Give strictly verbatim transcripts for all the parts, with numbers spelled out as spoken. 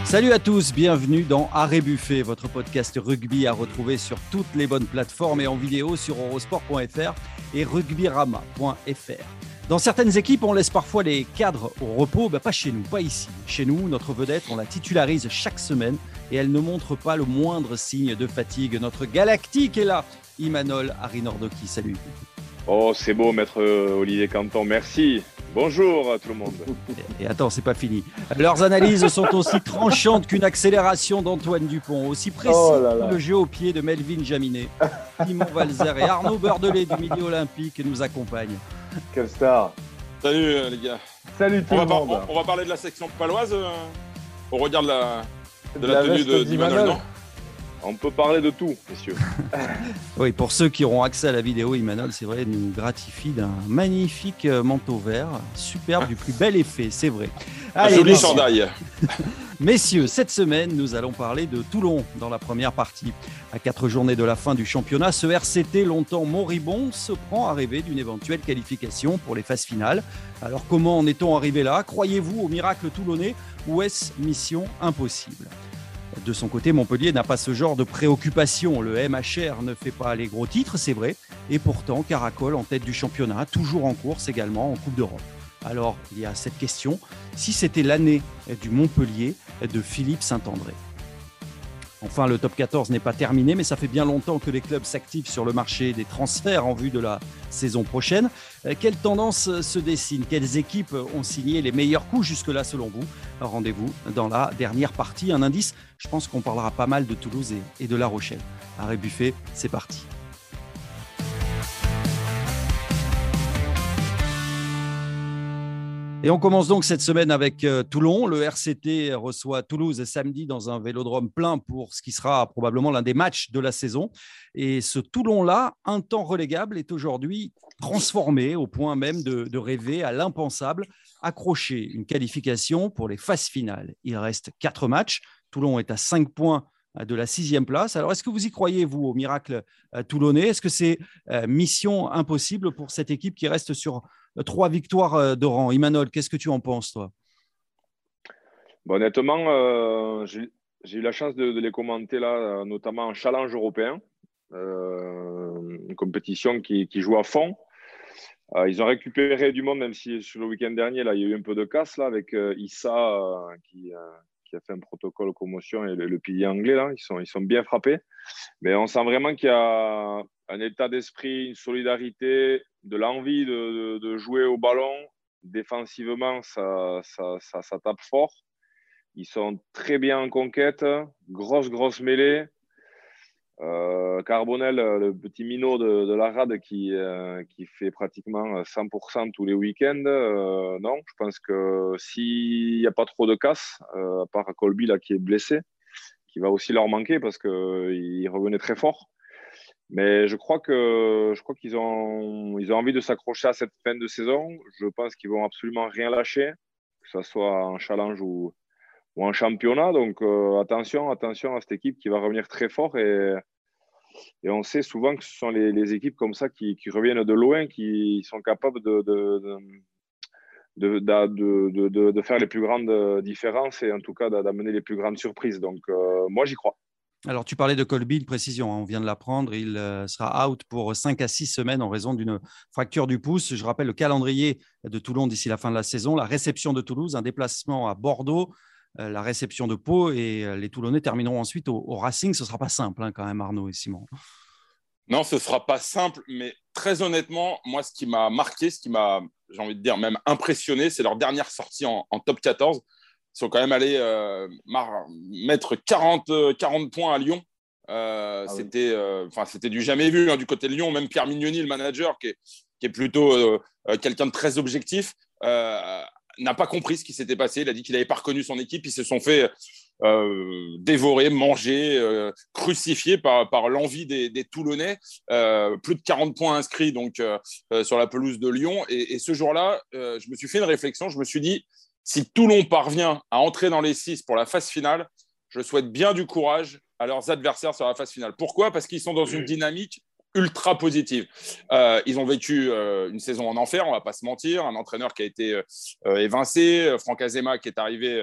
Salut à tous, bienvenue dans Arrêt Buffet, votre podcast rugby à retrouver sur toutes les bonnes plateformes et en vidéo sur eurosport point f r et rugbyrama point f r. Dans certaines équipes, on laisse parfois les cadres au repos, bah pas chez nous, pas ici. Chez nous, notre vedette, on la titularise chaque semaine et elle ne montre pas le moindre signe de fatigue. Notre galactique est là, Imanol Arinordoki, salut. Oh, c'est beau, maître Olivier Canton, merci. Bonjour à tout le monde. Et attends, c'est pas fini. Leurs analyses sont aussi tranchantes qu'une accélération d'Antoine Dupont, aussi précis oh là là. que le jeu au pied de Melvin Jaminet. Simon Valzer et Arnaud Beurdelet du Midi Olympique nous accompagnent. Quelle star. Salut euh, les gars. Salut tout on le va monde. Par, on, on va parler de la section paloise euh, au regard de la, de la, la tenue de d'Imanol, non ? On peut parler de tout, messieurs. Oui, pour ceux qui auront accès à la vidéo, Imanol, c'est vrai, nous gratifie d'un magnifique manteau vert, superbe, du plus bel effet, c'est vrai. Allez, un joli chandail. Messieurs, cette semaine, nous allons parler de Toulon dans la première partie. À quatre journées de la fin du championnat, ce R C T, longtemps moribond, se prend à rêver d'une éventuelle qualification pour les phases finales. Alors comment en est-on arrivé là ? Croyez-vous au miracle toulonnais ou est-ce mission impossible ? De son côté, Montpellier n'a pas ce genre de préoccupation. Le M H R ne fait pas les gros titres, c'est vrai. Et pourtant, caracole en tête du championnat, toujours en course également en Coupe d'Europe. Alors, il y a cette question, si c'était l'année du Montpellier de Philippe Saint-André. Enfin, le top quatorze n'est pas terminé, mais ça fait bien longtemps que les clubs s'activent sur le marché des transferts en vue de la saison prochaine. Quelles tendances se dessinent ? Quelles équipes ont signé les meilleurs coups jusque-là selon vous ? Rendez-vous dans la dernière partie. Un indice, je pense qu'on parlera pas mal de Toulouse et, et de La Rochelle. Arrêt Buffet, c'est parti. Et on commence donc cette semaine avec euh, Toulon. Le R C T reçoit Toulouse samedi dans un vélodrome plein pour ce qui sera probablement l'un des matchs de la saison. Et ce Toulon-là, un temps relégable, est aujourd'hui transformé au point même de, de rêver à l'impensable, accrocher une qualification pour les phases finales. Il reste quatre matchs. Toulon est à cinq points de la sixième place. Alors, est-ce que vous y croyez, vous, au miracle euh, toulonnais ? Est-ce que c'est euh, mission impossible pour cette équipe qui reste sur euh, trois victoires euh, de rang ? Imanol, qu'est-ce que tu en penses, toi ? Bon, honnêtement, euh, j'ai, j'ai eu la chance de, de les commenter, là, notamment en challenge européen, euh, une compétition qui, qui joue à fond. Euh, ils ont récupéré du monde, même si sur le week-end dernier, là, il y a eu un peu de casse là, avec euh, Issa euh, qui... Euh, qui a fait un protocole commotion et le, le pilier anglais, là, ils sont, ils sont bien frappés. Mais on sent vraiment qu'il y a un état d'esprit, une solidarité, de l'envie de, de, de jouer au ballon. Défensivement, ça, ça, ça, ça tape fort. Ils sont très bien en conquête, grosse, grosse mêlée. Euh, Carbonel, le petit minot de, de la rade qui, euh, qui fait pratiquement cent pour cent tous les week-ends, euh, non, je pense que s'il n'y a pas trop de casse, euh, à part Colby là, qui est blessé, qui va aussi leur manquer parce qu'il revenait très fort. Mais je crois, que, je crois qu'ils ont, ils ont envie de s'accrocher à cette fin de saison. Je pense qu'ils vont absolument rien lâcher, que ce soit en challenge ou, ou en championnat. Donc euh, attention, attention à cette équipe qui va revenir très fort et, et on sait souvent que ce sont les, les équipes comme ça qui, qui reviennent de loin, qui sont capables de, de, de, de, de, de, de, de faire les plus grandes différences et en tout cas d'amener les plus grandes surprises. Donc euh, moi j'y crois. Alors, tu parlais de Colby, une précision, hein, on vient de l'apprendre, il euh, sera out pour cinq à six semaines en raison d'une fracture du pouce. Je rappelle le calendrier de Toulon d'ici la fin de la saison, la réception de Toulouse, un déplacement à Bordeaux, euh, la réception de Pau et euh, les Toulonnais termineront ensuite au, au Racing. Ce ne sera pas simple hein, quand même, Arnaud et Simon. Non, ce ne sera pas simple, mais très honnêtement, moi, ce qui m'a marqué, ce qui m'a, j'ai envie de dire, même impressionné, c'est leur dernière sortie en, en top quatorze. Ils sont quand même allés euh, mar- mettre quarante, quarante points à Lyon. Euh, ah c'était, oui. euh, c'était du jamais vu hein, du côté de Lyon. Même Pierre Mignoni, le manager, qui est, qui est plutôt euh, quelqu'un de très objectif, euh, n'a pas compris ce qui s'était passé. Il a dit qu'il n'avait pas reconnu son équipe. Ils se sont fait euh, dévorer, manger, euh, crucifier par, par l'envie des, des Toulonnais. Euh, plus de quarante points inscrits donc, euh, sur la pelouse de Lyon. Et, et ce jour-là, euh, je me suis fait une réflexion. Je me suis dit, si Toulon parvient à entrer dans les six pour la phase finale, je souhaite bien du courage à leurs adversaires sur la phase finale. Pourquoi ? Parce qu'ils sont dans une dynamique ultra positive. Euh, ils ont vécu euh, une saison en enfer, on ne va pas se mentir. Un entraîneur qui a été euh, évincé, Franck Azema qui est arrivé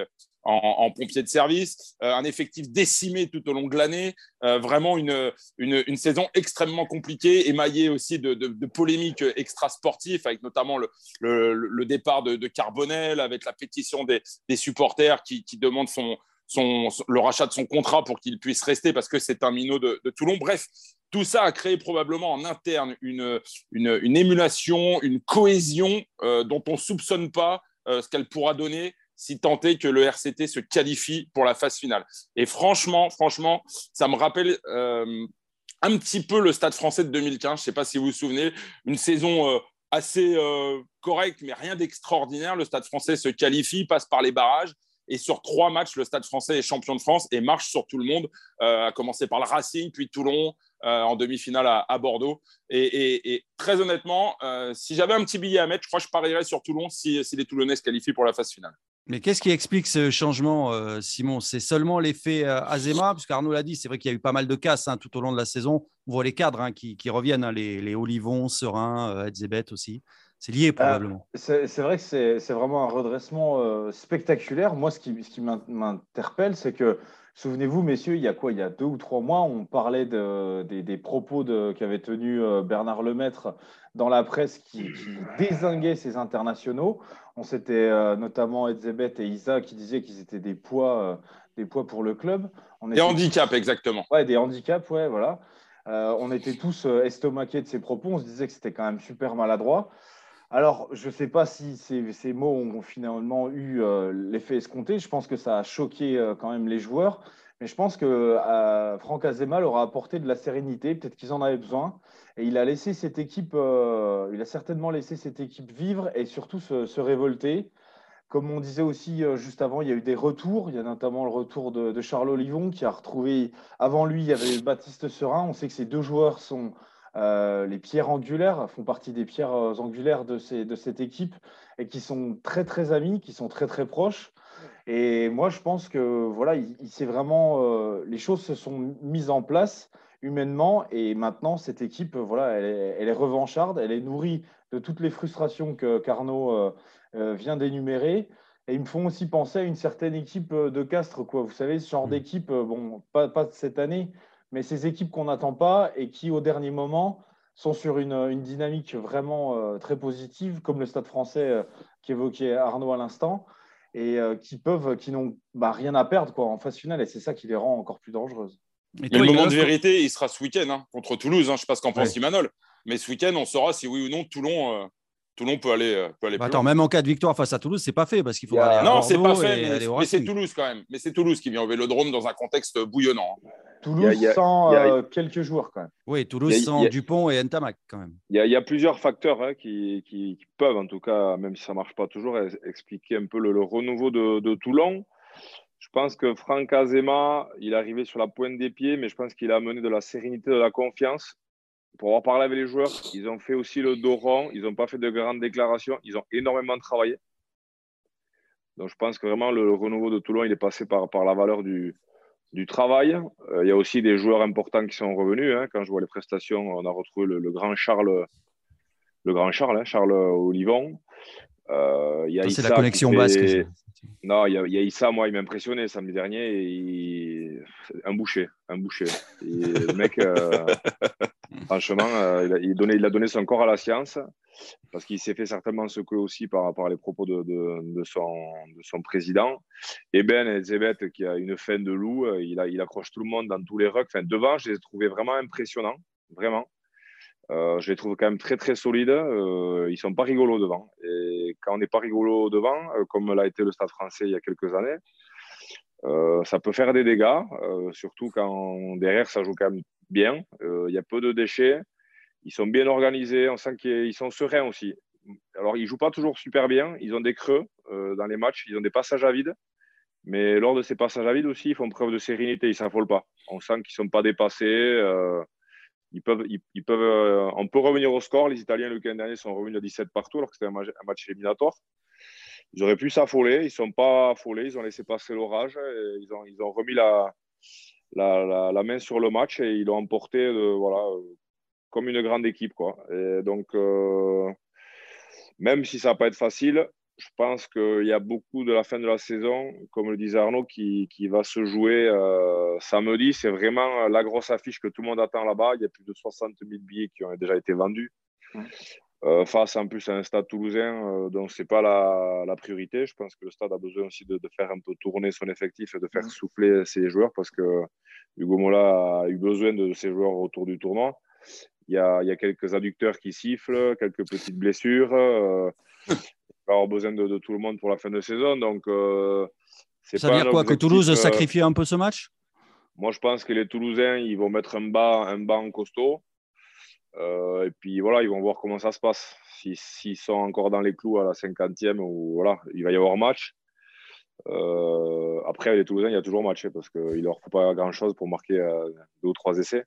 en, en pompier de service, euh, un effectif décimé tout au long de l'année, euh, vraiment une, une, une saison extrêmement compliquée, émaillée aussi de, de, de polémiques extrasportives, avec notamment le, le, le départ de, de Carbonel, avec la pétition des, des supporters qui, qui demandent son, son, le rachat de son contrat pour qu'il puisse rester parce que c'est un minot de, de Toulon. Bref, tout ça a créé probablement en interne une, une, une émulation, une cohésion euh, dont on ne soupçonne pas euh, ce qu'elle pourra donner si tant est que le R C T se qualifie pour la phase finale. Et franchement, franchement, ça me rappelle euh, un petit peu le Stade français de deux mille quinze. Je ne sais pas si vous vous souvenez, une saison euh, assez euh, correcte, mais rien d'extraordinaire. Le Stade français se qualifie, passe par les barrages. Et sur trois matchs, le Stade français est champion de France et marche sur tout le monde, euh, à commencer par le Racing, puis Toulon, euh, en demi-finale à, à Bordeaux. Et, et, et très honnêtement, euh, si j'avais un petit billet à mettre, je crois que je parierais sur Toulon si, si les Toulonnais se qualifient pour la phase finale. Mais qu'est-ce qui explique ce changement, euh, Simon? C'est seulement l'effet euh, Azema, parce qu'Arnaud l'a dit, c'est vrai qu'il y a eu pas mal de casses hein, tout au long de la saison. On voit les cadres hein, qui, qui reviennent, hein, les, les Olivon, Serein, euh, Edzebet aussi. C'est lié probablement. Euh, c'est, c'est vrai que c'est, c'est vraiment un redressement euh, spectaculaire. Moi, ce qui, ce qui m'interpelle, c'est que, souvenez-vous, messieurs, il y a quoi? Il y a deux ou trois mois, on parlait de, des, des propos de, qu'avait tenus euh, Bernard Lemaître dans la presse qui, qui dézinguait ces internationaux. On s'était euh, notamment Edzebet et Isa qui disaient qu'ils étaient des poids, euh, des poids pour le club. On des handicaps, tous... exactement. Ouais, des handicaps, ouais, voilà. Euh, on était tous euh, estomaqués de ces propos. On se disait que c'était quand même super maladroit. Alors, je ne sais pas si ces, ces mots ont finalement eu euh, l'effet escompté. Je pense que ça a choqué euh, quand même les joueurs. Mais je pense que euh, Franck Azema leur a apporté de la sérénité. Peut-être qu'ils en avaient besoin. Et il a laissé cette équipe, euh, il a certainement laissé cette équipe vivre et surtout se, se révolter. Comme on disait aussi euh, juste avant, il y a eu des retours. Il y a notamment le retour de, de Charles Olivon qui a retrouvé. Avant lui, il y avait Baptiste Serein. On sait que ces deux joueurs sont euh, les pierres angulaires, font partie des pierres angulaires de, ces, de cette équipe et qui sont très très amis, qui sont très très proches. Et moi, je pense que voilà, il, il s'est vraiment, euh, les choses se sont mises en place humainement et maintenant cette équipe, voilà, elle est, elle est revancharde, elle est nourrie de toutes les frustrations que Carnot euh, euh, vient d'énumérer. Et ils me font aussi penser à une certaine équipe de Castres, quoi. Vous savez, ce genre d'équipe, bon, pas, pas cette année, mais ces équipes qu'on n'attend pas et qui, au dernier moment, sont sur une, une dynamique vraiment euh, très positive, comme le Stade français euh, qu'évoquait Arnaud à l'instant, et euh, qui peuvent, qui n'ont bah, rien à perdre quoi, en phase finale, et c'est ça qui les rend encore plus dangereuses. Et toi, le moment de vérité, il sera ce week-end hein, contre Toulouse. Hein, je ne sais pas ce qu'en pense ouais. Imanol, mais ce week-end, on saura si oui ou non Toulon, euh, Toulon peut aller, euh, peut aller bah plus attends, loin. Même en cas de victoire face à Toulouse, c'est pas fait parce qu'il faudra a... aller à non, Bordeaux c'est pas fait, et mais, aller au mais c'est Racing. Toulouse quand même. Mais c'est Toulouse qui vient au Vélodrome dans un contexte bouillonnant. Toulouse y a, y a, sans y a, euh, quelques joueurs quand même. Oui, Toulouse y a, sans y a, Dupont et Ntamak quand même. Il y, y a plusieurs facteurs hein, qui, qui, qui peuvent, en tout cas, même si ça ne marche pas toujours, expliquer un peu le, le renouveau de, de Toulon. Je pense que Franck Azema, il est arrivé sur la pointe des pieds, mais je pense qu'il a amené de la sérénité, de la confiance. Pour avoir parlé avec les joueurs, ils ont fait aussi le dos rond, ils n'ont pas fait de grandes déclarations, ils ont énormément travaillé. Donc je pense que vraiment le, le renouveau de Toulon, il est passé par, par la valeur du, du travail. Euh, il y a aussi des joueurs importants qui sont revenus. Hein. Quand je vois les prestations, on a retrouvé le, le grand Charles, le grand Charles, hein, Charles Olivon. Euh, il y a ça, Issa c'est la connexion fait... basque. Ça. Non, il y, a, il y a Issa, moi, il m'a impressionné samedi dernier. Il... Un boucher, un boucher. Et le mec, euh... franchement, euh, il, a, il, donné, il a donné son corps à la science parce qu'il s'est fait certainement secouer aussi par, par les propos de, de, de, son, de son président. Et Ben Edzebet, qui a une fin de loup, il, a, il accroche tout le monde dans tous les rucks. Enfin, devant, je les ai trouvés vraiment impressionnants, vraiment. Euh, je les trouve quand même très très solides. Euh, ils ne sont pas rigolos devant. Et quand on n'est pas rigolo devant, euh, comme l'a été le Stade français il y a quelques années, euh, ça peut faire des dégâts, euh, surtout quand derrière ça joue quand même bien. Euh, il y a peu de déchets. Ils sont bien organisés. On sent qu'ils sont sereins aussi. Alors, ils ne jouent pas toujours super bien. Ils ont des creux euh, dans les matchs. Ils ont des passages à vide. Mais lors de ces passages à vide aussi, ils font preuve de sérénité. Ils ne s'affolent pas. On sent qu'ils ne sont pas dépassés. Euh, Ils peuvent, ils, ils peuvent, euh, on peut revenir au score. Les Italiens, le week-end dernier, sont revenus à dix-sept partout, alors que c'était un match, un match éliminatoire. Ils auraient pu s'affoler. Ils ne sont pas affolés. Ils ont laissé passer l'orage. Et ils, ont, ils ont remis la, la, la, la main sur le match et ils l'ont emporté de, voilà, comme une grande équipe, quoi. Et donc, euh, même si ça ne va pas être facile, je pense qu'il y a beaucoup de la fin de la saison, comme le disait Arnaud, qui, qui va se jouer euh, samedi. C'est vraiment la grosse affiche que tout le monde attend là-bas. Il y a plus de soixante mille billets qui ont déjà été vendus. Mmh. Euh, face en plus à un stade toulousain, euh, donc ce n'est pas la, la priorité. Je pense que le stade a besoin aussi de, de faire un peu tourner son effectif et de faire mmh. souffler ses joueurs parce que Hugo Mola a eu besoin de ses joueurs autour du tournoi. Il y a, il y a quelques adducteurs qui sifflent, quelques petites blessures. Euh, il va avoir besoin de, de tout le monde pour la fin de saison. Donc, euh, c'est ça veut dire quoi, que Toulouse euh, sacrifie un peu ce match? Moi, je pense que les Toulousains, ils vont mettre un banc, un banc costaud. Euh, et puis voilà, ils vont voir comment ça se passe. S'ils, s'ils sont encore dans les clous à la cinquantième, ou voilà, il va y avoir match. Euh, après, les Toulousains, il y a toujours match hein, parce qu'il ne leur faut pas grand-chose pour marquer euh, deux ou trois essais.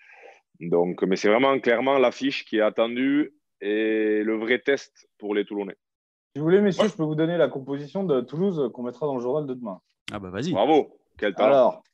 Donc, mais c'est vraiment clairement l'affiche qui est attendue et le vrai test pour les Toulonnais. Si vous voulez, messieurs, ouais. je peux vous donner la composition de Toulouse qu'on mettra dans le journal de demain. Ah bah vas-y. Bravo. Quel talent. Alors,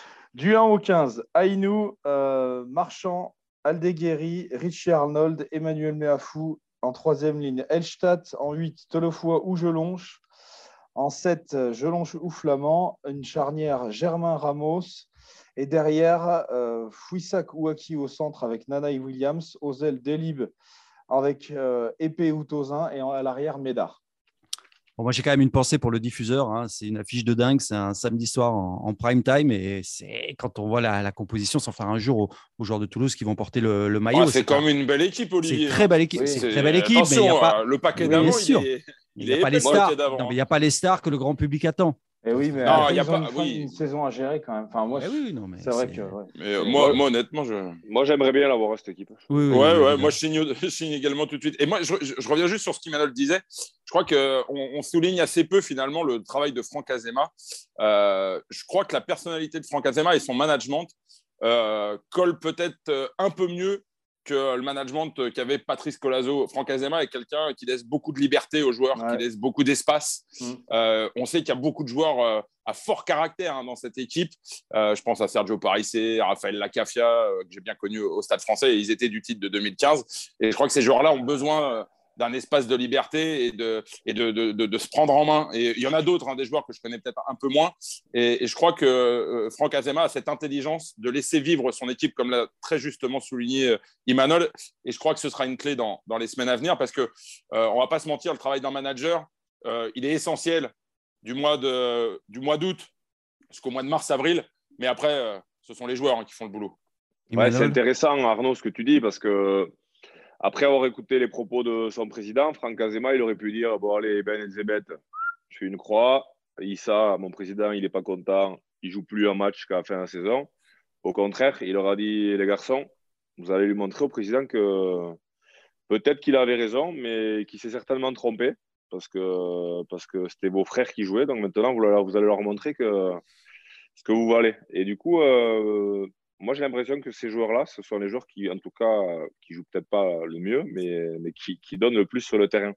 du un au quinze, Aïnou, euh, Marchand, Aldeguerri, Richie Arnold, Emmanuel Meafou. En troisième ligne, Elstadt. En huit, Tolofoa ou Jelonche. En sept, Jelonche ou Flamand. Une charnière, Germain Ramos. Et derrière, euh, Fouissac Ouaki au centre avec Nanaï Williams. Aux ailes, Delib avec euh, Épée ou Tozin. Et à l'arrière, Médard. Bon, moi, j'ai quand même une pensée pour le diffuseur. Hein. C'est une affiche de dingue. C'est un samedi soir en, en prime time. Et c'est quand on voit la, la composition, sans faire un jour aux, aux joueurs de Toulouse qui vont porter le, le maillot. Ah, c'est, c'est quand même une belle équipe, Olivier. C'est très belle équipe. Oui, c'est c'est... très belle équipe. Attention, mais y a pas... le paquet d'avant, oui, il est, il il n'y a, pas les stars. Non, mais il n'y a pas les stars que le grand public attend. Et oui, mais non, il y a pas une, oui. une saison à gérer quand même. Enfin, moi, oui, non, mais c'est, c'est vrai que. Ouais. Mais moi, moi, honnêtement, je. Moi, j'aimerais bien l'avoir cette équipe. Oui, oui, ouais, oui, ouais. Moi, je signe, je signe également tout de suite. Et moi, je, je, je reviens juste sur ce qu'Emmanuel disait. Je crois qu'on on souligne assez peu finalement le travail de Franck Azema. Euh, je crois que la personnalité de Franck Azema et son management euh, collent peut-être un peu mieux que le management qu'avait Patrice Colazo. Franck Azema est quelqu'un qui laisse beaucoup de liberté aux joueurs, ouais. qui laisse beaucoup d'espace. Mmh. Euh, on sait qu'il y a beaucoup de joueurs euh, à fort caractère hein, dans cette équipe. Euh, je pense à Sergio Parissé, à Raphaël Lacafia, euh, que j'ai bien connu au Stade Français. Et ils étaient du titre de deux mille quinze. Et je crois que ces joueurs-là ont besoin euh, d'un espace de liberté et, de, et de, de, de, de se prendre en main. Et il y en a d'autres, hein, des joueurs que je connais peut-être un peu moins. Et, et je crois que euh, Franck Azema a cette intelligence de laisser vivre son équipe, comme l'a très justement souligné euh, Imanol. Et je crois que ce sera une clé dans, dans les semaines à venir parce qu'on euh, ne va pas se mentir, le travail d'un manager, euh, il est essentiel du mois, de, du mois d'août jusqu'au mois de mars-avril. Mais après, euh, ce sont les joueurs hein, qui font le boulot. Ouais, c'est intéressant, Arnaud, ce que tu dis parce que après avoir écouté les propos de son président, Franck Azema, il aurait pu dire « Bon, allez, Ben Elzebeth, je fais une croix. Issa, mon président, il n'est pas content. Il ne joue plus un match jusqu'à la fin de la saison. » Au contraire, il leur a dit « Les garçons, vous allez lui montrer au président que peut-être qu'il avait raison, mais qu'il s'est certainement trompé parce que, parce que c'était vos frères qui jouaient. Donc maintenant, vous, vous allez leur montrer que, ce que vous valez. » Et du coup… Euh, moi, j'ai l'impression que ces joueurs-là, ce sont les joueurs qui, en tout cas, qui jouent peut-être pas le mieux, mais, mais qui, qui donnent le plus sur le terrain.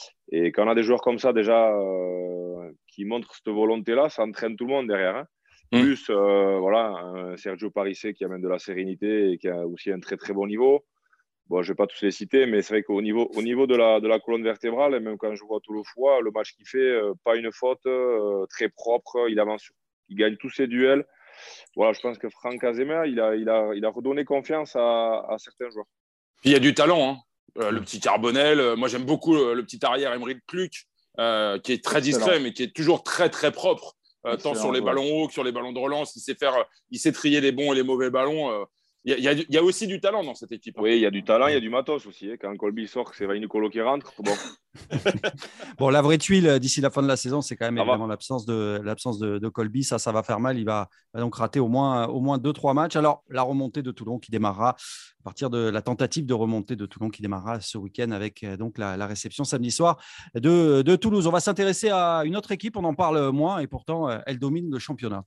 Et quand on a des joueurs comme ça, déjà, euh, qui montrent cette volonté-là, ça entraîne tout le monde derrière. Hein. Mmh. Plus, euh, voilà, un Sergio Parissé qui amène de la sérénité et qui a aussi un très, très bon niveau. Bon, je ne vais pas tous les citer, mais c'est vrai qu'au niveau, au niveau de, la, de la colonne vertébrale, et même quand je vois Tolofoa, le match qu'il fait, euh, pas une faute, euh, très propre, il avance, il gagne tous ses duels. Voilà, je pense que Franck Azema, il a, il a, il a redonné confiance à, à certains joueurs. Puis il y a du talent, hein. Euh, le petit Carbonel. Euh, moi, j'aime beaucoup le, le petit arrière Emeric Kluck, euh, qui est très discret, excellent. Mais qui est toujours très, très propre, euh, tant sur les ouais. ballons hauts que sur les ballons de relance. Il sait, faire, il sait trier les bons et les mauvais ballons. Euh, Il y, a, il y a aussi du talent dans cette équipe. Oui, il y a du talent, il y a du matos aussi. Hein. Quand Colby sort, c'est Vaï Nicolo qui rentre. Bon. Bon, la vraie tuile d'ici la fin de la saison, c'est quand même ça évidemment va. l'absence de, l'absence de, de Colby. Ça, ça va faire mal. Il va, va donc rater au moins, au moins deux trois matchs. Alors, la remontée de Toulon qui démarrera à partir de la tentative de remontée de Toulon qui démarrera ce week-end avec donc la, la réception samedi soir de, de Toulouse. On va s'intéresser à une autre équipe. On en parle moins et pourtant, elle domine le championnat.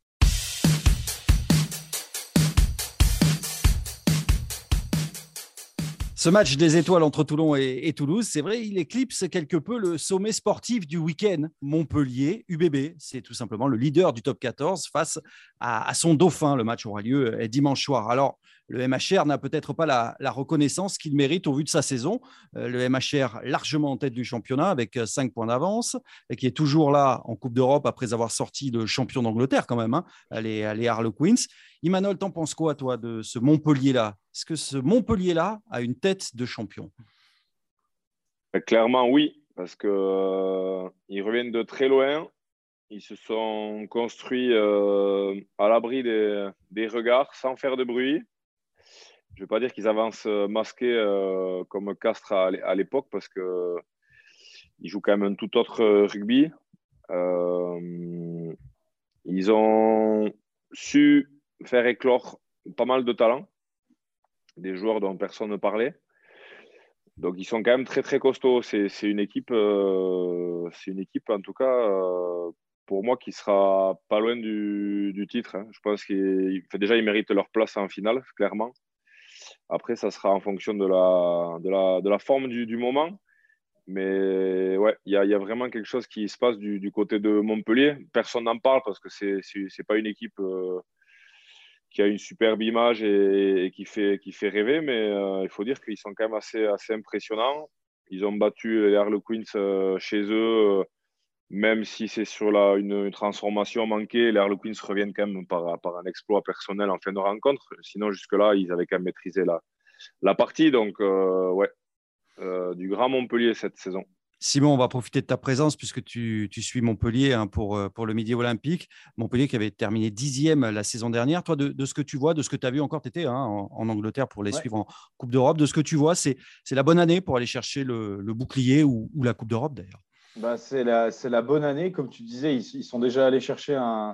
Ce match des étoiles entre Toulon et, et Toulouse, c'est vrai, il éclipse quelque peu le sommet sportif du week-end. Montpellier, U B B, c'est tout simplement le leader du top quatorze face à, à son dauphin. Le match aura lieu dimanche soir. Alors, le M H R n'a peut-être pas la, la reconnaissance qu'il mérite au vu de sa saison. Euh, le M H R largement en tête du championnat avec cinq points d'avance et qui est toujours là en Coupe d'Europe après avoir sorti le champion d'Angleterre quand même, hein, les, les Harlequins. Imanol, t'en penses quoi, toi, de ce Montpellier-là? Est-ce que ce Montpellier-là a une tête de champion? Clairement, oui, parce qu'ils euh, reviennent de très loin. Ils se sont construits euh, à l'abri des, des regards, sans faire de bruit. Je ne vais pas dire qu'ils avancent masqués euh, comme Castres à, à l'époque, parce qu'ils jouent quand même un tout autre rugby. Euh, ils ont su faire éclore pas mal de talents, des joueurs dont personne ne parlait. Donc, ils sont quand même très, très costauds. C'est, c'est une équipe, euh, c'est une équipe, en tout cas, euh, pour moi, qui sera pas loin du, du titre. Hein. Je pense qu'ils, déjà, ils méritent leur place en finale, clairement. Après, ça sera en fonction de la, de la, de la forme du, du moment. Mais ouais, il y a, y a vraiment quelque chose qui se passe du, du côté de Montpellier. Personne n'en parle parce que c'est, c'est, c'est pas une équipe euh, qui a une superbe image et, et qui, fait, qui fait rêver. Mais euh, il faut dire qu'ils sont quand même assez, assez impressionnants. Ils ont battu les Harlequins euh, chez eux, euh, même si c'est sur la, une, une transformation manquée. Les Harlequins reviennent quand même par, par un exploit personnel en fin de rencontre. Sinon, jusque-là, ils avaient quand même maîtrisé la, la partie. Donc, euh, ouais. Euh, du Grand Montpellier cette saison. Simon, on va profiter de ta présence puisque tu, tu suis Montpellier hein, pour, pour le Midi Olympique. Montpellier qui avait terminé dixième la saison dernière. Toi, de, de ce que tu vois, de ce que tu as vu encore, tu étais hein, en, en Angleterre pour les ouais. suivre en Coupe d'Europe. De ce que tu vois, c'est, c'est la bonne année pour aller chercher le, le bouclier ou, ou la Coupe d'Europe d'ailleurs. Bah, c'est, la, c'est la bonne année. Comme tu disais, ils, ils sont déjà allés chercher un,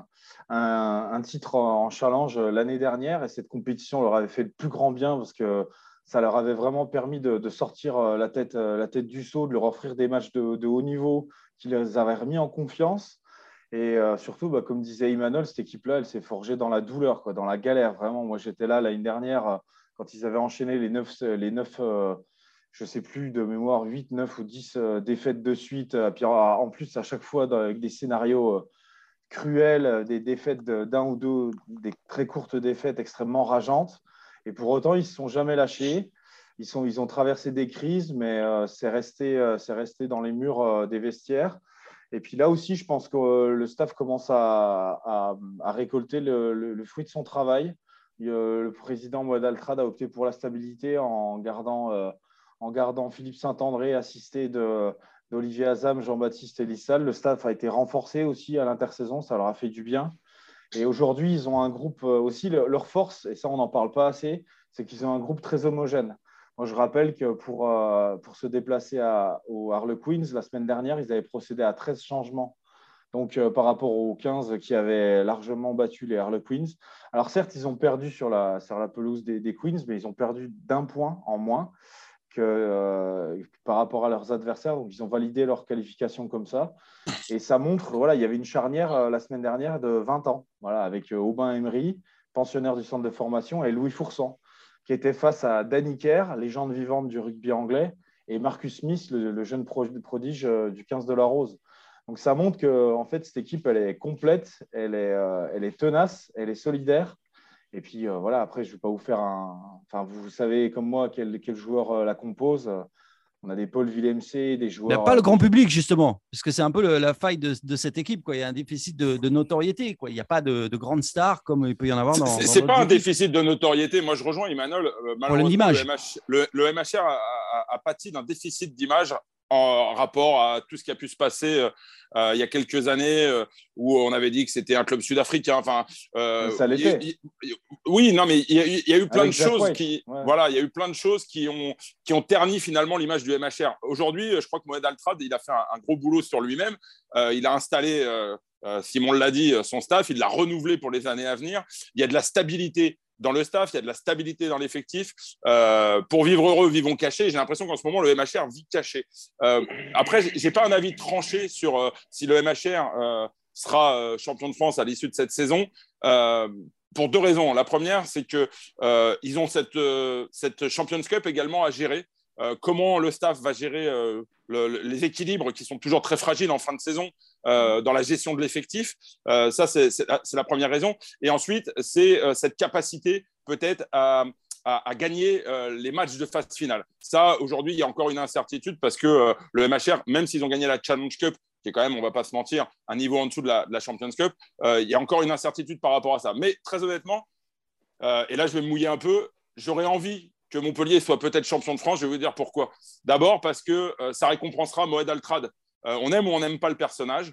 un, un titre en, en challenge l'année dernière et cette compétition leur avait fait le plus grand bien parce que ça leur avait vraiment permis de, de sortir la tête, la tête du seau, de leur offrir des matchs de, de haut niveau qui les avaient remis en confiance. Et euh, surtout, bah, comme disait Imanol, cette équipe-là, elle s'est forgée dans la douleur, quoi, dans la galère. Vraiment, moi, j'étais là l'année dernière quand ils avaient enchaîné les neuf, les neuf euh, je ne sais plus de mémoire, huit, neuf ou dix euh, défaites de suite. Puis, en plus, à chaque fois, dans, avec des scénarios euh, cruels, des défaites de, d'un ou deux, des très courtes défaites extrêmement rageantes. Et pour autant, ils ne se sont jamais lâchés. Ils, sont, ils ont traversé des crises, mais euh, c'est, resté, euh, c'est resté dans les murs euh, des vestiaires. Et puis là aussi, je pense que euh, le staff commence à, à, à récolter le, le, le fruit de son travail. Et, euh, le président Moed Altrad a opté pour la stabilité en gardant, euh, en gardant Philippe Saint-André assisté de, d'Olivier Azam, Jean-Baptiste Elissal. Le staff a été renforcé aussi à l'intersaison, ça leur a fait du bien. Et aujourd'hui, ils ont un groupe aussi, leur force, et ça, on n'en parle pas assez, c'est qu'ils ont un groupe très homogène. Moi, je rappelle que pour, euh, pour se déplacer à, aux Harlequins, la semaine dernière, ils avaient procédé à treize changements. Donc, euh, par rapport aux quinze qui avaient largement battu les Harlequins. Alors, certes, ils ont perdu sur la, sur la pelouse des, des Queens, mais ils ont perdu d'un point en moins que euh, par rapport à leurs adversaires. Donc, ils ont validé leur qualification comme ça. Et ça montre, voilà, il y avait une charnière euh, la semaine dernière de vingt ans, voilà, avec euh, Aubin Emery, pensionnaire du centre de formation, et Louis Foursan, qui était face à Danny Kerr, légende vivante du rugby anglais, et Marcus Smith, le, le jeune prodige euh, du quinze de la Rose. Donc, ça montre que en fait, cette équipe, elle est complète, elle est, euh, elle est tenace, elle est solidaire. Et puis, euh, voilà, après, je ne vais pas vous faire un… Enfin, vous savez comme moi quel, quel joueur euh, la compose. On a des Paul Villemc, des joueurs… Il n'y a pas le grand public, justement, parce que c'est un peu le, la faille de, de cette équipe. Quoi. Il y a un déficit de, de notoriété. Quoi. Il n'y a pas de, de grandes stars comme il peut y en avoir dans… C'est, dans c'est pas un équipes. déficit de notoriété. Moi, je rejoins Imanol. Euh, malheureusement, le, M H, le, le M H R a, a, a pâti d'un déficit d'image en rapport à tout ce qui a pu se passer euh, il y a quelques années euh, où on avait dit que c'était un club sud-africain. Enfin, euh, ça l'était. Y, y, oui, non, mais il y, y, y a eu plein Avec de Jack choses White. qui, Ouais. voilà, il y a eu plein de choses qui ont qui ont terni finalement l'image du M H R. Aujourd'hui, je crois que Moed Altrad, il a fait un, un gros boulot sur lui-même. Euh, il a installé, euh, euh, Simon l'a dit, son staff. Il l'a renouvelé pour les années à venir. Il y a de la stabilité dans le staff, il y a de la stabilité dans l'effectif. Euh, pour vivre heureux, vivons cachés. J'ai l'impression qu'en ce moment, le M H R vit caché. Euh, après, je n'ai pas un avis tranché sur euh, si le M H R euh, sera euh, champion de France à l'issue de cette saison, euh, pour deux raisons. La première, c'est qu'ils euh, ont cette, euh, cette Champions Cup également à gérer. Euh, comment le staff va gérer euh, le, le, les équilibres qui sont toujours très fragiles en fin de saison euh, dans la gestion de l'effectif. Euh, ça, c'est, c'est, c'est la première raison. Et ensuite, c'est euh, cette capacité peut-être à, à, à gagner euh, les matchs de phase finale. Ça, aujourd'hui, il y a encore une incertitude parce que euh, le M H R, même s'ils ont gagné la Challenge Cup, qui est quand même, on ne va pas se mentir, un niveau en dessous de la, de la Champions Cup, euh, il y a encore une incertitude par rapport à ça. Mais très honnêtement, euh, et là, je vais me mouiller un peu, j'aurais envie que Montpellier soit peut-être champion de France. Je vais vous dire pourquoi. D'abord, parce que euh, ça récompensera Moed Altrad. Euh, on aime ou on n'aime pas le personnage.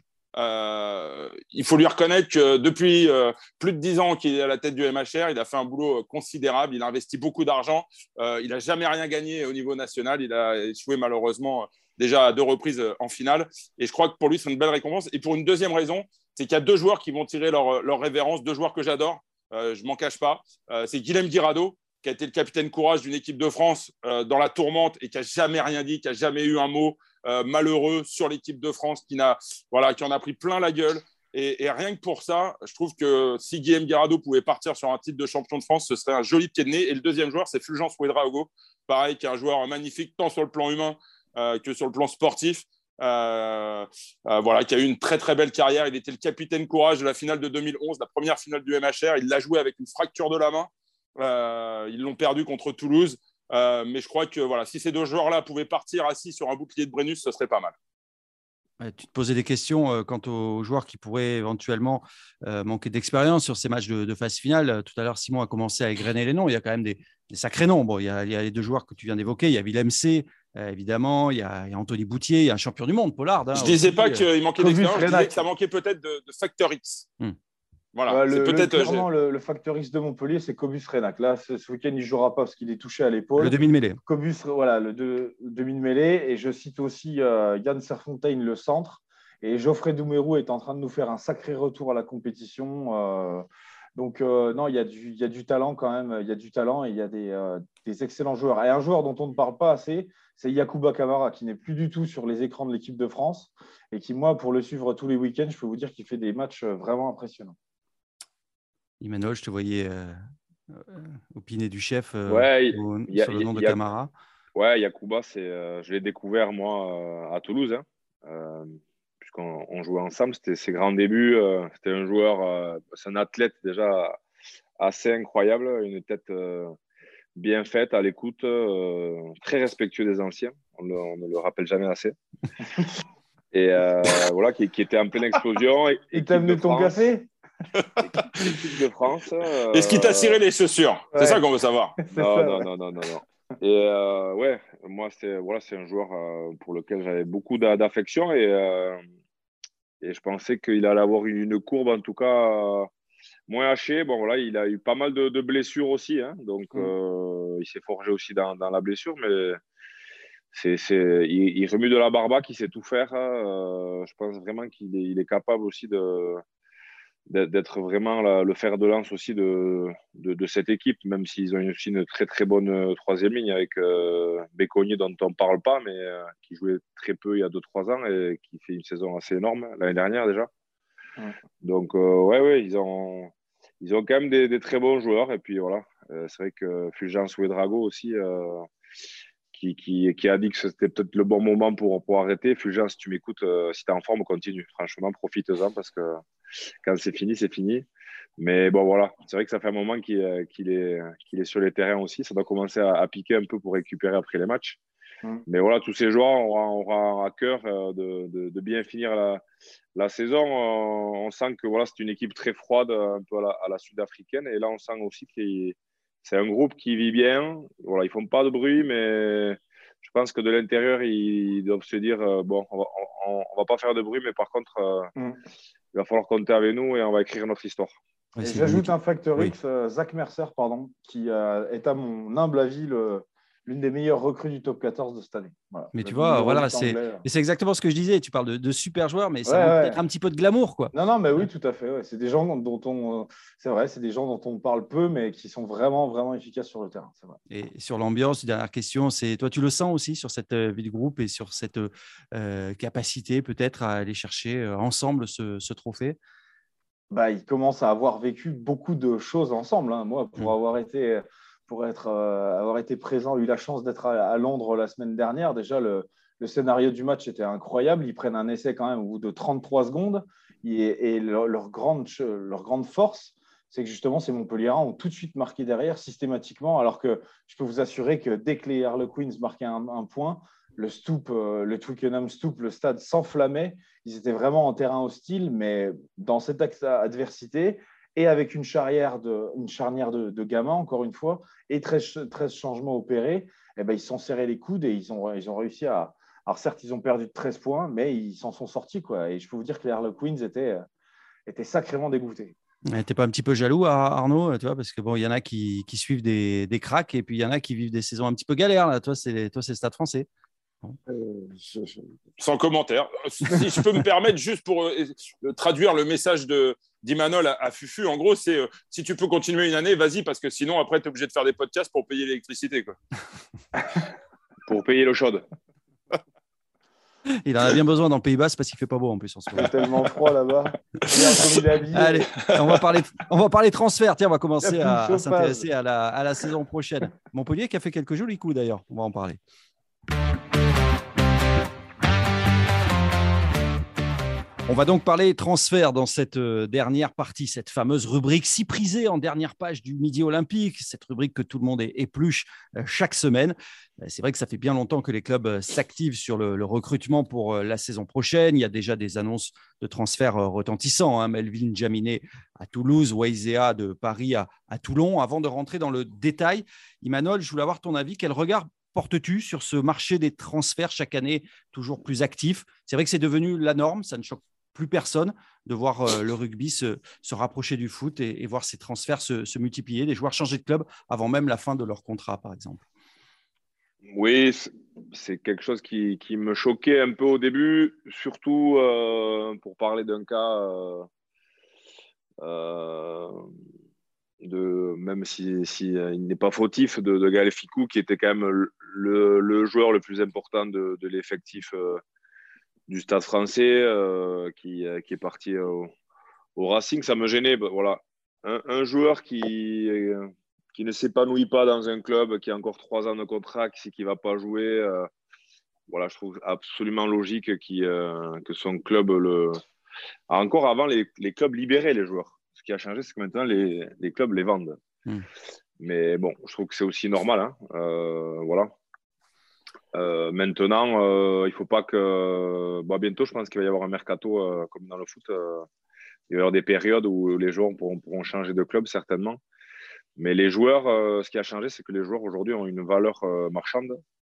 Euh, il faut lui reconnaître que depuis euh, plus de dix ans qu'il est à la tête du M H R, il a fait un boulot considérable, il a investi beaucoup d'argent, euh, il n'a jamais rien gagné au niveau national, il a échoué malheureusement déjà à deux reprises en finale, et je crois que pour lui c'est une belle récompense. Et pour une deuxième raison, c'est qu'il y a deux joueurs qui vont tirer leur, leur révérence, deux joueurs que j'adore, euh, je ne m'en cache pas, euh, c'est Guilhem Guirado, qui a été le capitaine courage d'une équipe de France euh, dans la tourmente et qui n'a jamais rien dit, qui n'a jamais eu un mot Euh, malheureux sur l'équipe de France, qui, n'a, voilà, qui en a pris plein la gueule. Et, et rien que pour ça, je trouve que si Guilhem Guirado pouvait partir sur un titre de champion de France, ce serait un joli pied de nez. Et le deuxième joueur, c'est Fulgence Ouedraogo, pareil, qui est un joueur magnifique, tant sur le plan humain euh, que sur le plan sportif. Euh, euh, voilà, qui a eu une très très belle carrière. Il était le capitaine courage de la finale de deux mille onze, la première finale du M H R. Il l'a joué avec une fracture de la main. Euh, ils l'ont perdu contre Toulouse. Euh, mais je crois que voilà, si ces deux joueurs-là pouvaient partir assis sur un bouclier de Brennus, ce serait pas mal. Ouais, tu te posais des questions euh, quant aux joueurs qui pourraient éventuellement euh, manquer d'expérience sur ces matchs de, de phase finale. Tout à l'heure, Simon a commencé à égrener les noms. Il y a quand même des, des sacrés noms. Bon, il y, a, il y a les deux joueurs que tu viens d'évoquer. Il y a Willem C, euh, évidemment. Il y, a, il y a Anthony Boutier, il y a un champion du monde, Pollard. Hein, je ne disais aussi. pas qu'il manquait Cobus d'expérience, je Renac. disais que ça manquait peut-être de, de facteur X. Hmm. Voilà, ouais, c'est le, peut-être le, clairement, le, le facteur X de Montpellier, c'est Cobus Renac. Là, ce, ce week-end, il ne jouera pas parce qu'il est touché à l'épaule. Le demi-mêlée. Cobus, voilà, le, de, le demi-mêlée. Et je cite aussi euh, Yann Serfontaine, le centre. Et Geoffrey Doumerou est en train de nous faire un sacré retour à la compétition. Euh, donc, euh, non, il y, a du, il y a du talent quand même. Il y a du talent et il y a des, euh, des excellents joueurs. Et un joueur dont on ne parle pas assez, c'est Yacouba Camara, qui n'est plus du tout sur les écrans de l'équipe de France. Et qui, moi, pour le suivre tous les week-ends, je peux vous dire qu'il fait des matchs vraiment impressionnants. Emmanuel, je te voyais euh, euh, opiner du chef euh, ouais, au, y a, sur le nom y a, de Camara. Ouais, Yacouba, c'est, euh, je l'ai découvert moi euh, à Toulouse, hein, euh, puisqu'on on jouait ensemble. C'était ses grands débuts. Euh, c'était un joueur, euh, c'est un athlète déjà assez incroyable, une tête euh, bien faite, à l'écoute, euh, très respectueux des anciens. On, le, on ne le rappelle jamais assez. Et euh, voilà, qui, qui était en pleine explosion. Et t'as amené ton café ? Équipe de France. Euh, Est-ce qu'il t'a ciré les chaussures ? Ouais. C'est ça qu'on veut savoir. Non, ça, non, ouais. non, non, non, non. Et euh, ouais, moi, c'est voilà, c'est un joueur euh, pour lequel j'avais beaucoup d'a- d'affection et, euh, et je pensais qu'il allait avoir une courbe, en tout cas, euh, moins hachée. Bon, voilà, il a eu pas mal de, de blessures aussi, hein, donc Mm. euh, il s'est forgé aussi dans, dans la blessure, mais c'est, c'est, il, il remue de la barbaque, il sait tout faire. Euh, je pense vraiment qu'il est, il est capable aussi de d'être vraiment la, le fer de lance aussi de, de, de cette équipe, même s'ils ont aussi une très très bonne euh, troisième ligne avec euh, Bécognier dont on ne parle pas, mais euh, qui jouait très peu il y a deux trois ans et qui fait une saison assez énorme l'année dernière déjà. Ouais. Donc euh, ouais, ouais, ils ont, ils ont quand même des, des très bons joueurs. Et puis voilà, euh, c'est vrai que Fulgence Ouedraogo aussi, euh, qui, qui, qui a dit que c'était peut-être le bon moment pour, pour arrêter. Fulgence, si tu m'écoutes, euh, si tu es en forme, continue. Franchement, profite-en parce que quand c'est fini, c'est fini. Mais bon, voilà, c'est vrai que ça fait un moment qu'il, qu'il, est, qu'il est sur les terrains aussi. Ça doit commencer à, à piquer un peu pour récupérer après les matchs. Mmh. Mais voilà, tous ces joueurs auront, auront à cœur de, de, de bien finir la, la saison. On sent que voilà, c'est une équipe très froide, un peu à la, à la sud-africaine. Et là, on sent aussi que c'est un groupe qui vit bien. Voilà, ils ne font pas de bruit, mais je pense que de l'intérieur, ils doivent se dire bon, on ne va, va pas faire de bruit, mais par contre, mmh. il va falloir compter avec nous et on va écrire notre histoire. Et j'ajoute un facteur oui. X, euh, Zach Mercer, pardon, qui euh, est à mon humble avis le, l'une des meilleures recrues du top quatorze de cette année. Voilà. Mais le tu vois, voilà, c'est, c'est exactement ce que je disais. Tu parles de, de super joueurs, mais ça ouais, manque ouais. peut-être un petit peu de glamour, quoi. Non, non, mais oui, tout à fait. Ouais. C'est des gens dont on, c'est vrai, c'est des gens dont on parle peu, mais qui sont vraiment, vraiment efficaces sur le terrain. C'est vrai. Et sur l'ambiance, dernière question, c'est toi, tu le sens aussi sur cette vie de groupe et sur cette euh, capacité peut-être à aller chercher euh, ensemble ce, ce trophée. Bah, ils commencent à avoir vécu beaucoup de choses ensemble. Hein. Moi, pour mmh. avoir été, pour être, euh, avoir été présent, eu la chance d'être à, à Londres la semaine dernière, déjà, le, le scénario du match était incroyable. Ils prennent un essai quand même au bout de trente-trois secondes. Et, et leur, leur, grande, leur grande force, c'est que justement, ces Montpelliérains ont tout de suite marqué derrière, systématiquement, alors que je peux vous assurer que dès que les Harlequins marquaient un, un point, le Stoop, euh, le Twickenham Stoop, le stade s'enflammait. Ils étaient vraiment en terrain hostile, mais dans cette adversité, et avec une charnière de, une charnière de, de gamins, encore une fois, et treize, treize changements opérés, eh ben, ils se sont serrés les coudes et ils ont, ils ont réussi à… Alors certes, ils ont perdu de treize points, mais ils s'en sont sortis, quoi. Et je peux vous dire que les Harlequins étaient, étaient sacrément dégoûtés. T'es pas un petit peu jaloux, Arnaud, tu vois, parce que bon, il y en a qui, qui suivent des, des cracks et puis il y en a qui vivent des saisons un petit peu galères. Là. Toi, c'est, toi, c'est le Stade français. Bon. Euh, je, je, sans commentaire. Si je peux me permettre, juste pour euh, traduire le message de, d'Imanol à, à Fufu, en gros, c'est euh, si tu peux continuer une année, vas-y, parce que sinon, après, tu es obligé de faire des podcasts pour payer l'électricité. Quoi. Pour payer l'eau chaude. Il en a bien besoin dans le Pays Basque parce qu'il ne fait pas beau en plus en ce moment. Il fait tellement froid là-bas. Allez, on va parler, on va parler transfert. Tiens, on va commencer à, à s'intéresser à la, à la saison prochaine. Montpellier qui a fait quelques jolis coups d'ailleurs. On va en parler. On va donc parler transfert dans cette dernière partie, cette fameuse rubrique si prisée en dernière page du Midi Olympique, cette rubrique que tout le monde épluche chaque semaine. C'est vrai que ça fait bien longtemps que les clubs s'activent sur le, le recrutement pour la saison prochaine. Il y a déjà des annonces de transferts retentissants, hein. Melvin Jaminet à Toulouse, Waisea de Paris à, à Toulon. Avant de rentrer dans le détail, Imanol, je voulais avoir ton avis. Quel regard portes-tu sur ce marché des transferts chaque année toujours plus actif? C'est vrai que c'est devenu la norme, ça ne choque plus personne de voir euh, le rugby se, se rapprocher du foot et, et voir ces transferts se, se multiplier, des joueurs changer de club avant même la fin de leur contrat, par exemple. Oui, c'est quelque chose qui, qui me choquait un peu au début, surtout euh, pour parler d'un cas, euh, euh, de, même si, si il n'est pas fautif, de, de Gaël Fickou, qui était quand même le, le joueur le plus important de, de l'effectif euh, du Stade français, euh, qui, qui est parti au, au Racing. Ça me gênait. Voilà. Un, un joueur qui, euh, qui ne s'épanouit pas dans un club, qui a encore trois ans de contrat, qui sait qu'il ne va pas jouer, euh, voilà, je trouve absolument logique qu'il, euh, que son club le… Alors encore avant, les, les clubs libéraient les joueurs. Ce qui a changé, c'est que maintenant, les, les clubs les vendent. Mmh. Mais bon, je trouve que c'est aussi normal. Hein. Euh, voilà. Euh, maintenant, euh, il ne faut pas que… Bon, bientôt, je pense qu'il va y avoir un mercato euh, comme dans le foot. Euh, il va y avoir des périodes où les joueurs pourront, pourront changer de club, certainement. Mais les joueurs, euh, ce qui a changé, c'est que les joueurs aujourd'hui ont une valeur euh, marchande.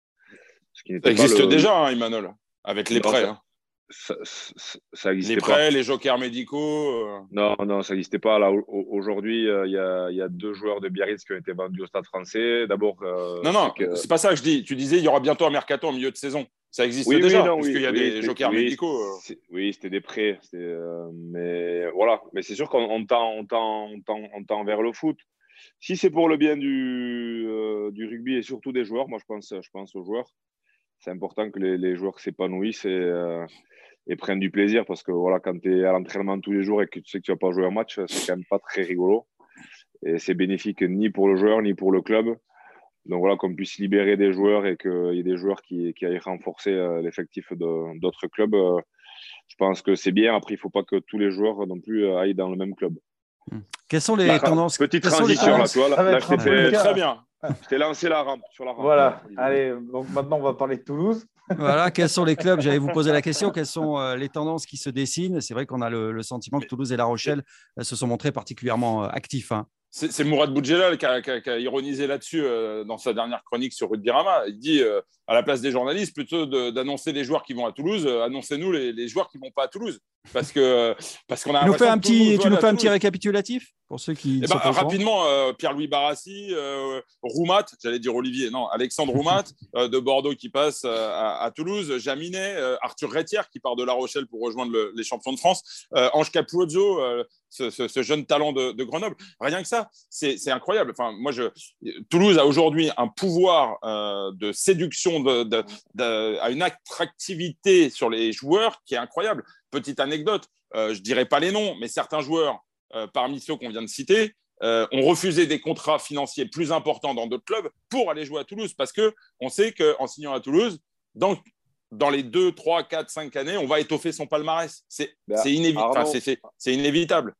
Ce qui n'était ça existe le... déjà, hein, Imanol, avec les non, prêts. Ça, hein. ça, ça, ça existait les prêts, pas. Les jokers médicaux. Euh... Non, non, ça n'existait pas. Là, aujourd'hui, il euh, y, a, y a deux joueurs de Biarritz qui ont été vendus au Stade français. D'abord. Euh, non, non, c'est, que... c'est pas ça que je dis. Tu disais, il y aura bientôt un mercato en milieu de saison. Ça existe oui, déjà, oui, non, parce oui, qu'il y a oui, des jokers oui, médicaux. C'est, oui, c'était des prêts. C'était, euh, mais voilà. Mais c'est sûr qu'on on tend, on tend, on tend, on tend vers le foot. Si c'est pour le bien du, euh, du rugby et surtout des joueurs, moi je pense, je pense aux joueurs. C'est important que les, les joueurs s'épanouissent et, euh, et prennent du plaisir parce que voilà, quand tu es à l'entraînement tous les jours et que tu sais que tu vas pas jouer un match, c'est quand même pas très rigolo. Et c'est bénéfique ni pour le joueur ni pour le club. Donc voilà, qu'on puisse libérer des joueurs et qu'il y ait des joueurs qui, qui aillent renforcer euh, l'effectif de, d'autres clubs. Euh, je pense que c'est bien. Après, il ne faut pas que tous les joueurs non plus aillent dans le même club. Quelles sont les la, tendances Petite transition là, toi. Là, là, je t'ai très bien. Je t'ai lancé la rampe sur la rampe. Voilà. Allez, donc maintenant on va parler de Toulouse. Voilà, quels sont les clubs? J'allais vous poser la question. Quelles sont euh, les tendances qui se dessinent? C'est vrai qu'on a le, le sentiment que Toulouse et La Rochelle euh, se sont montrés particulièrement euh, actifs. Hein. C'est, c'est Mourad Boudjelal qui a, qui, a, qui a ironisé là-dessus euh, dans sa dernière chronique sur Rugby Rama. Il dit, euh, à la place des journalistes, plutôt de, d'annoncer les joueurs qui vont à Toulouse, euh, annoncez-nous les, les joueurs qui ne vont pas à Toulouse. Parce, que, parce qu'on a tu nous fais un petit, tu nous fais un petit récapitulatif pour ceux qui eh ben, rapidement, euh, Pierre-Louis Barassi, euh, Roumat, j'allais dire Olivier, non, Alexandre Roumat euh, de Bordeaux qui passe euh, à, à Toulouse, Jaminet, euh, Arthur Rétière qui part de La Rochelle pour rejoindre le, les champions de France, euh, Ange Capuzzo, euh, ce, ce, ce jeune talent de, de Grenoble. Rien que ça, c'est, c'est incroyable. Enfin, moi, je, Toulouse a aujourd'hui un pouvoir euh, de séduction, de, de, de, à une attractivité sur les joueurs qui est incroyable. Petite anecdote, euh, je ne dirai pas les noms, mais certains joueurs Euh, parmi ceux qu'on vient de citer, euh, ont refusé des contrats financiers plus importants dans d'autres clubs pour aller jouer à Toulouse parce qu'on sait qu'en signant à Toulouse, dans, dans les deux, trois, quatre, cinq années, on va étoffer son palmarès. C'est, bah, c'est, inévi- Arnaud, c'est, c'est, c'est inévitable.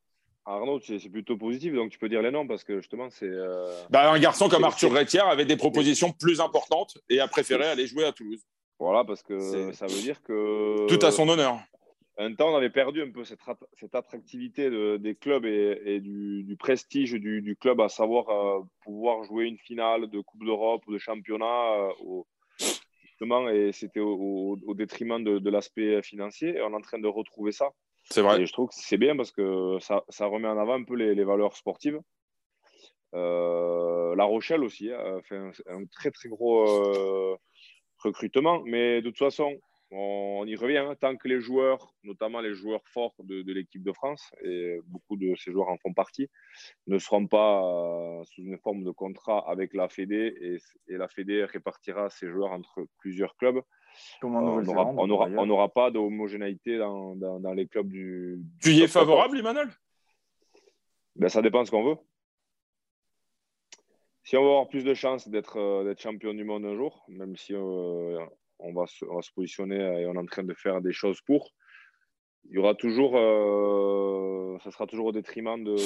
Arnaud, c'est, c'est plutôt positif, donc tu peux dire les noms parce que justement, c'est. Euh... Bah, un garçon comme c'est, Arthur c'est... Rétière avait des propositions plus importantes et a préféré aller jouer à Toulouse. Voilà, parce que c'est... ça veut dire que. Tout à son honneur. Un temps, on avait perdu un peu cette, cette attractivité de, des clubs et, et du, du prestige du, du club, à savoir euh, pouvoir jouer une finale de Coupe d'Europe ou de championnat, euh, au, justement, et c'était au, au, au détriment de, de l'aspect financier. Et on est en train de retrouver ça. C'est vrai. Et je trouve que c'est bien parce que ça, ça remet en avant un peu les, les valeurs sportives. Euh, La Rochelle aussi a fait un, un très très gros euh, recrutement, mais de toute façon, on y revient, hein, tant que les joueurs, notamment les joueurs forts de, de l'équipe de France, et beaucoup de ces joueurs en font partie, ne seront pas euh, sous une forme de contrat avec la Fédé, et, et la Fédé répartira ces joueurs entre plusieurs clubs. Comme en Euh, on n'aura on aura pas d'homogénéité dans, dans, dans les clubs du. Tu y es favorable, Emmanuel? Ben, ça dépend de ce qu'on veut. Si on veut avoir plus de chances d'être euh, d'être champion du monde un jour, même si euh, on, va se, on va se positionner et on est en train de faire des choses pour, il y aura toujours, euh, ça sera toujours au détriment de,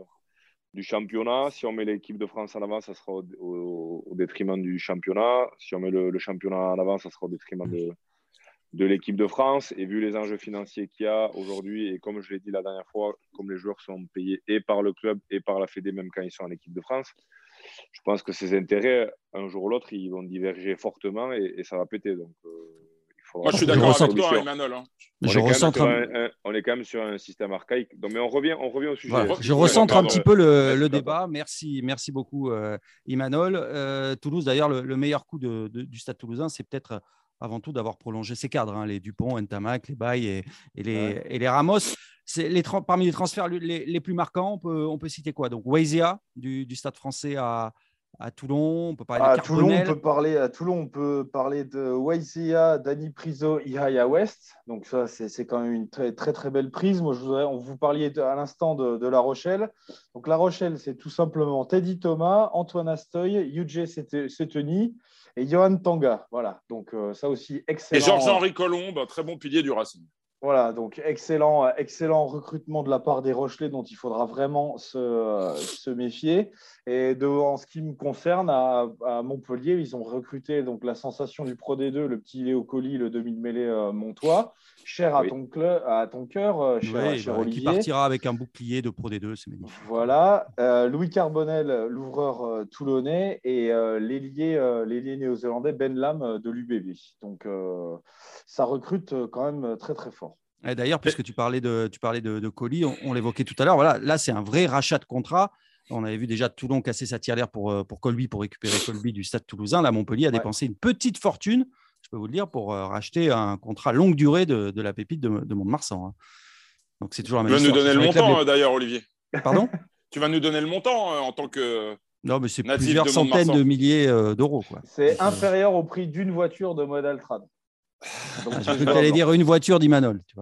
du championnat. Si on met l'équipe de France en avant, ça sera au, au, au détriment du championnat. Si on met le, le championnat en avant, ça sera au détriment de, de l'équipe de France. Et vu les enjeux financiers qu'il y a aujourd'hui, et comme je l'ai dit la dernière fois, comme les joueurs sont payés et par le club et par la Fédé, même quand ils sont en équipe de France, je pense que ces intérêts, un jour ou l'autre, ils vont diverger fortement et, et ça va péter. Donc, euh, il faudra. Moi, je suis d'accord avec toi, Emmanuel. Hein. On, je recentre un, un, on est quand même sur un système archaïque. Donc, mais on revient, on revient au sujet. Voilà. Je recentre un petit peu le, le débat. Merci, merci beaucoup, euh, Emmanuel. Euh, Toulouse, d'ailleurs, le, le meilleur coup de, de, du Stade Toulousain, c'est peut-être avant tout d'avoir prolongé ses cadres, hein, les Dupont, Ntamak, les Baye et, et, les, ouais. et les Ramos. C'est les, parmi les transferts les, les plus marquants, on peut, on peut citer quoi? Donc, Weizea du, du Stade français à, à Toulon, on peut parler à de Toulon, on peut parler À Toulon, on peut parler de Weizea, Dani Priso, Ihaya West. Donc, ça, c'est quand même une très, très, très belle prise. Moi, je voudrais, on vous parliez à l'instant de, de La Rochelle. Donc, La Rochelle, c'est tout simplement Teddy Thomas, Antoine Astoy, Yujé Seteni et Johan Tanga. Voilà. Donc, euh, ça aussi, excellent. Et Georges-Henri Colombe, très bon pilier du Racing. Voilà, donc excellent, excellent recrutement de la part des Rochelais dont il faudra vraiment se, se méfier. Et de, en ce qui me concerne, à, à Montpellier, ils ont recruté donc, la sensation du Pro D deux, le petit Léo Colli, le demi de mêlée euh, montois, cher à, oui. ton, club, à ton cœur, euh, cher, oui, cher bah, Olivier. Qui partira avec un bouclier de Pro D deux, c'est magnifique. Voilà, euh, Louis Carbonel, l'ouvreur euh, toulonnais, et euh, l'ailier euh, néo-zélandais Ben Lam euh, de l'U B B. Donc, euh, ça recrute quand même très, très fort. D'ailleurs, puisque tu parlais de, tu parlais de, de Colli, on, on l'évoquait tout à l'heure. Voilà, là, c'est un vrai rachat de contrat. On avait vu déjà Toulon casser sa tirelire pour, pour Colby, pour récupérer Colby du Stade Toulousain. Là, Montpellier a ouais. dépensé une petite fortune, je peux vous le dire, pour euh, racheter un contrat longue durée de, de la pépite de, de Mont-de-Marsan. Hein. Donc, c'est toujours la même chose. Tu vas nous donner le montant, les... d'ailleurs, Olivier. Pardon? Tu vas nous donner le montant euh, en tant que. Non, mais c'est plusieurs de centaines de milliers euh, d'euros. C'est inférieur au prix d'une voiture de modèle Trad. Donc, ah, je allais dire une voiture d'Imanol, tu vois.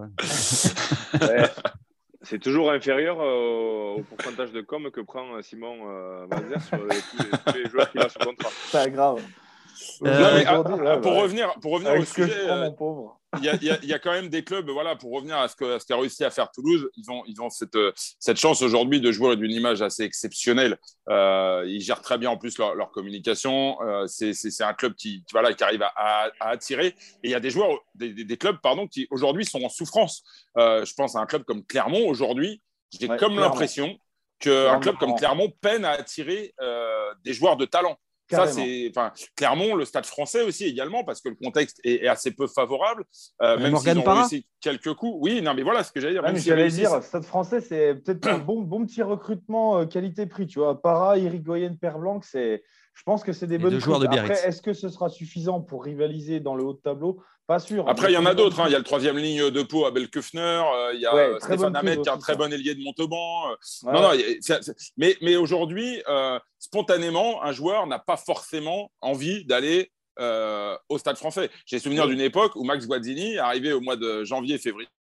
Ouais, c'est toujours inférieur euh, au pourcentage de com que prend Simon euh, Valzer sur les, tous, les, tous les joueurs qu'il a sous contrat. C'est grave. Euh, non, mais, à, à, pour, bah, revenir, pour revenir au sujet, il y, y, y a quand même des clubs, voilà, pour revenir à ce qu'a ce qu'a réussi à faire Toulouse, ils ont, ils ont cette, cette chance aujourd'hui de jouer d'une image assez exceptionnelle. Euh, ils gèrent très bien en plus leur, leur communication. Euh, c'est un club qui, qui, voilà, qui arrive à, à, à attirer. Et il y a des joueurs, des, des, des clubs pardon, qui aujourd'hui sont en souffrance. Euh, je pense à un club comme Clermont aujourd'hui. J'ai ouais, comme l'impression qu'un club comme Clermont peine à attirer euh, des joueurs de talent. Carrément. Ça, c'est, enfin, Clermont, le Stade français aussi également, parce que le contexte est, est assez peu favorable. Euh, même s'ils ont Parra. réussi quelques coups. Oui, non, mais voilà ce que j'allais dire. Ouais, j'allais réussi, dire, ça... Stade français, c'est peut-être un bon, bon petit recrutement euh, qualité-prix. Tu vois, Parra, Irigoyen, Perblanc, c'est. Je pense que c'est des bonnes joueurs de Après, est-ce que ce sera suffisant pour rivaliser dans le haut de tableau? Pas sûr. Après, il y en a d'autres. Hein. Il y a le troisième ligne de Pau, Abel Kufner. Euh, il y a ouais, Stéphane Ahmed, qui est un très bon ailier de Montauban. Euh, ouais. Non, non. C'est, c'est... Mais, mais aujourd'hui, euh, spontanément, un joueur n'a pas forcément envie d'aller euh, au Stade français. J'ai souvenir ouais. d'une époque où Max Guazzini, arrivé au mois de janvier, février,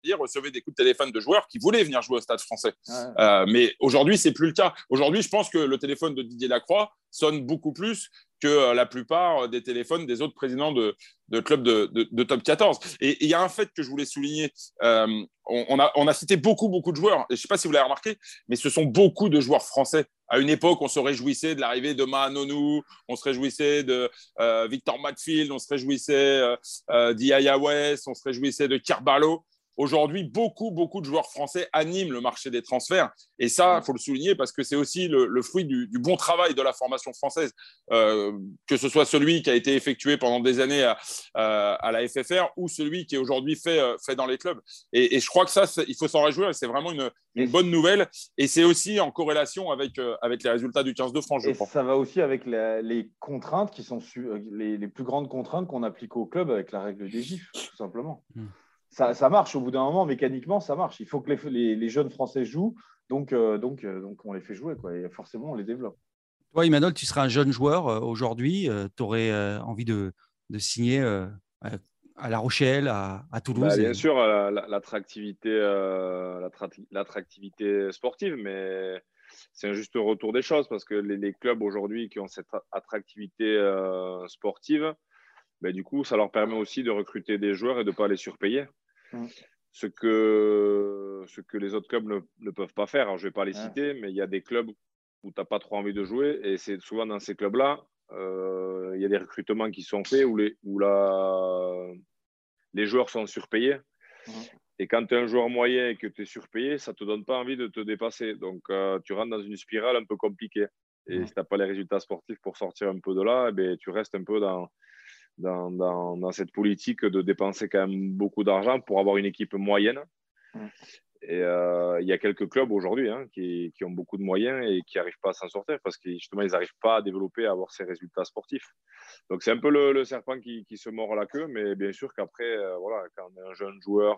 recevait des coups de téléphone de joueurs qui voulaient venir jouer au Stade Français. Ouais. Euh, mais aujourd'hui, c'est plus le cas. Aujourd'hui, je pense que le téléphone de Didier Lacroix sonne beaucoup plus que euh, la plupart des téléphones des autres présidents de, de clubs de, de, de top quatorze. Et il y a un fait que je voulais souligner. Euh, on, on, a, on a cité beaucoup, beaucoup de joueurs. Et je ne sais pas si vous l'avez remarqué, mais ce sont beaucoup de joueurs français. À une époque, on se réjouissait de l'arrivée de Mahanonou, on se réjouissait de euh, Victor Matfield, on se réjouissait euh, euh, d'Iaya West, on se réjouissait de Karbalo. Aujourd'hui, beaucoup, beaucoup de joueurs français animent le marché des transferts. Et ça, il faut le souligner parce que c'est aussi le, le fruit du, du bon travail de la formation française, euh, que ce soit celui qui a été effectué pendant des années à, à, à la F F R ou celui qui est aujourd'hui fait, fait dans les clubs. Et, et je crois que ça, il faut s'en réjouir. C'est vraiment une, une bonne nouvelle. Et c'est aussi en corrélation avec, euh, avec les résultats du quinze de France, je et crois. Ça va aussi avec la, les contraintes qui sont su, les, les plus grandes contraintes qu'on applique au club avec la règle des gifs, tout simplement. Mmh. Ça, ça marche au bout d'un moment, mécaniquement, ça marche. Il faut que les, les, les jeunes Français jouent, donc, euh, donc, euh, donc on les fait jouer, quoi, et forcément, on les développe. Toi, Emmanuel, tu seras un jeune joueur euh, aujourd'hui. Euh, tu aurais euh, envie de, de signer euh, à La Rochelle, à, à Toulouse bah, et... Bien sûr, l'attractivité, euh, l'attractivité sportive, mais c'est un juste retour des choses parce que les, les clubs aujourd'hui qui ont cette attractivité euh, sportive, ben, du coup, ça leur permet aussi de recruter des joueurs et de ne pas les surpayer. Mmh. Ce, que, ce que les autres clubs ne, ne peuvent pas faire. Alors, je ne vais pas les citer, mais il y a des clubs où tu n'as pas trop envie de jouer. Et c'est souvent dans ces clubs-là, euh, il y a des recrutements qui sont faits où les, où la, les joueurs sont surpayés. Mmh. Et quand tu es un joueur moyen et que tu es surpayé, ça ne te donne pas envie de te dépasser. Donc, euh, tu rentres dans une spirale un peu compliquée. Et mmh. si tu n'as pas les résultats sportifs pour sortir un peu de là, eh bien, tu restes un peu dans... Dans, dans, dans cette politique de dépenser quand même beaucoup d'argent pour avoir une équipe moyenne. Mmh. Et il euh, y a quelques clubs aujourd'hui hein, qui, qui ont beaucoup de moyens et qui n'arrivent pas à s'en sortir parce que justement, ils n'arrivent pas à développer, à avoir ces résultats sportifs. Donc, c'est un peu le, le serpent qui, qui se mord la queue, mais bien sûr qu'après, euh, voilà, quand on est un jeune joueur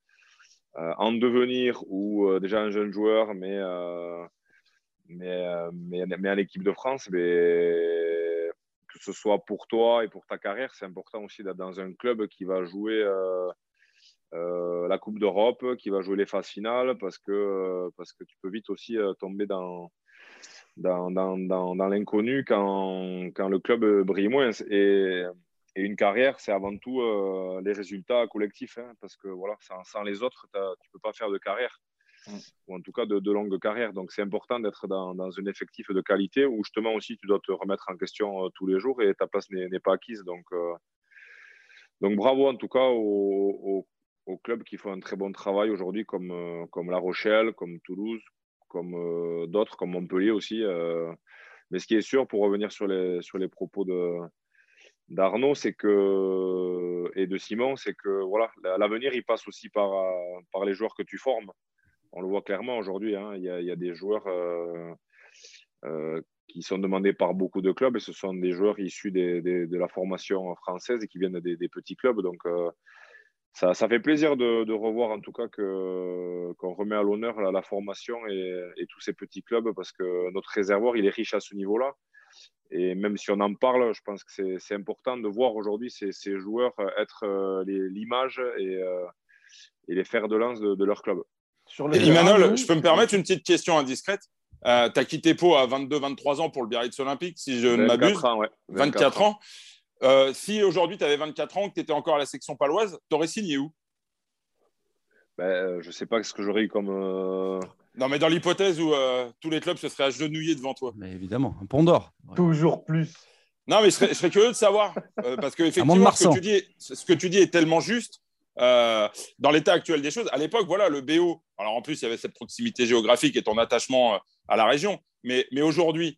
euh, en devenir ou euh, déjà un jeune joueur, mais, euh, mais, euh, mais, mais en équipe de France, mais, que ce soit pour toi et pour ta carrière, c'est important aussi d'être dans un club qui va jouer euh, euh, la Coupe d'Europe, qui va jouer les phases finales, parce que, euh, parce que tu peux vite aussi euh, tomber dans, dans, dans, dans, dans l'inconnu quand, quand le club brille moins. Et, et une carrière, c'est avant tout euh, les résultats collectifs, hein, parce que voilà, sans, sans les autres, tu ne peux pas faire de carrière. Mmh. Ou en tout cas de, de longue carrière. Donc, c'est important d'être dans, dans un effectif de qualité où justement aussi tu dois te remettre en question euh, tous les jours et ta place n'est pas acquise. Donc, euh, donc, bravo en tout cas aux, aux, aux clubs qui font un très bon travail aujourd'hui comme, euh, comme La Rochelle, comme Toulouse, comme euh, d'autres, comme Montpellier aussi. Euh. Mais ce qui est sûr, pour revenir sur les, sur les propos de, d'Arnaud c'est que, et de Simon, c'est que voilà, l'avenir, il passe aussi par, par les joueurs que tu formes. On le voit clairement aujourd'hui, hein. il, il y a des joueurs euh, euh, qui sont demandés par beaucoup de clubs et ce sont des joueurs issus des, des, de la formation française et qui viennent des, des petits clubs. Donc, euh, ça, ça fait plaisir de, de revoir en tout cas que, qu'on remet à l'honneur la, la formation et, et tous ces petits clubs parce que notre réservoir, il est riche à ce niveau-là. Et même si on en parle, je pense que c'est important de voir aujourd'hui ces, ces joueurs être euh, l'image et, euh, et les fers de lance de, de leur club. Sur le Emmanuel, je peux me permettre une petite question indiscrète. Euh, tu as quitté Pau à vingt-deux vingt-trois ans pour le Biarritz Olympique, si je ne m'abuse. Ans, ouais. vingt-quatre ans. Euh, si aujourd'hui tu avais vingt-quatre ans, que tu étais encore à la section paloise, tu aurais signé où? Ben, je ne sais pas ce que j'aurais eu comme. Euh... Non, mais dans l'hypothèse où euh, tous les clubs se seraient agenouillés devant toi. Mais évidemment, un pont d'or. Ouais. Toujours plus. Non, mais je serais, je serais curieux de savoir. Euh, parce que effectivement, ce que, tu dis, ce que tu dis est tellement juste. Euh, dans l'état actuel des choses, à l'époque, voilà, le B O, alors en plus, il y avait cette proximité géographique et ton attachement à la région, mais, mais aujourd'hui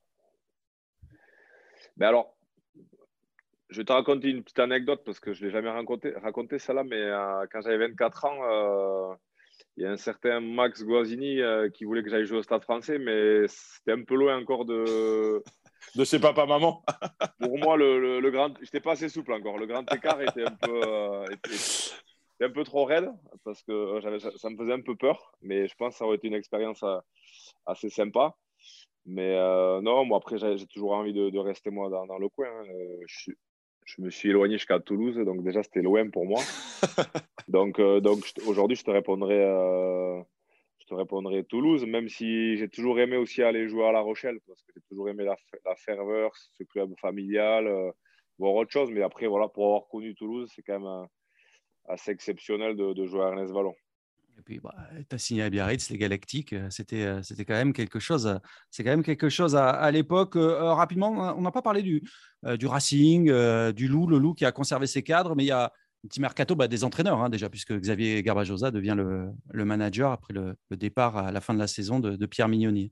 ben alors, je vais te raconter une petite anecdote parce que je ne l'ai jamais raconté, raconté ça là, mais euh, quand j'avais vingt-quatre ans, euh, il y a un certain Max Guazzini euh, qui voulait que j'aille jouer au Stade Français, mais c'était un peu loin encore de... de chez papa-maman. Pour moi, le, le, le grand... je n'étais pas assez souple encore. Le grand écart était un peu... Euh, était... C'était un peu trop raide parce que ça me faisait un peu peur, mais je pense que ça aurait été une expérience assez sympa. Mais euh, non, moi après, j'ai toujours envie de, de rester moi dans, dans le coin. Hein. Je, je me suis éloigné jusqu'à Toulouse, donc déjà c'était loin pour moi. donc, euh, donc je, aujourd'hui, je te répondrai, euh, je te répondrai Toulouse, même si j'ai toujours aimé aussi aller jouer à La Rochelle, parce que j'ai toujours aimé la, la ferveur, ce club familial, euh, voir autre chose. Mais après, voilà, pour avoir connu Toulouse, c'est quand même euh, assez exceptionnel de, de jouer à Ernest Vallon. Et puis, bah, tu as signé à Biarritz, les Galactiques. C'était, c'était quand même quelque chose. C'est quand même quelque chose à, à l'époque. Euh, rapidement, on n'a pas parlé du, euh, du Racing, euh, du Loup, le Loup qui a conservé ses cadres, mais il y a un petit mercato bah, des entraîneurs hein, déjà, puisque Xavier Garbajosa devient le, le manager après le, le départ à la fin de la saison de, de Pierre Mignoni.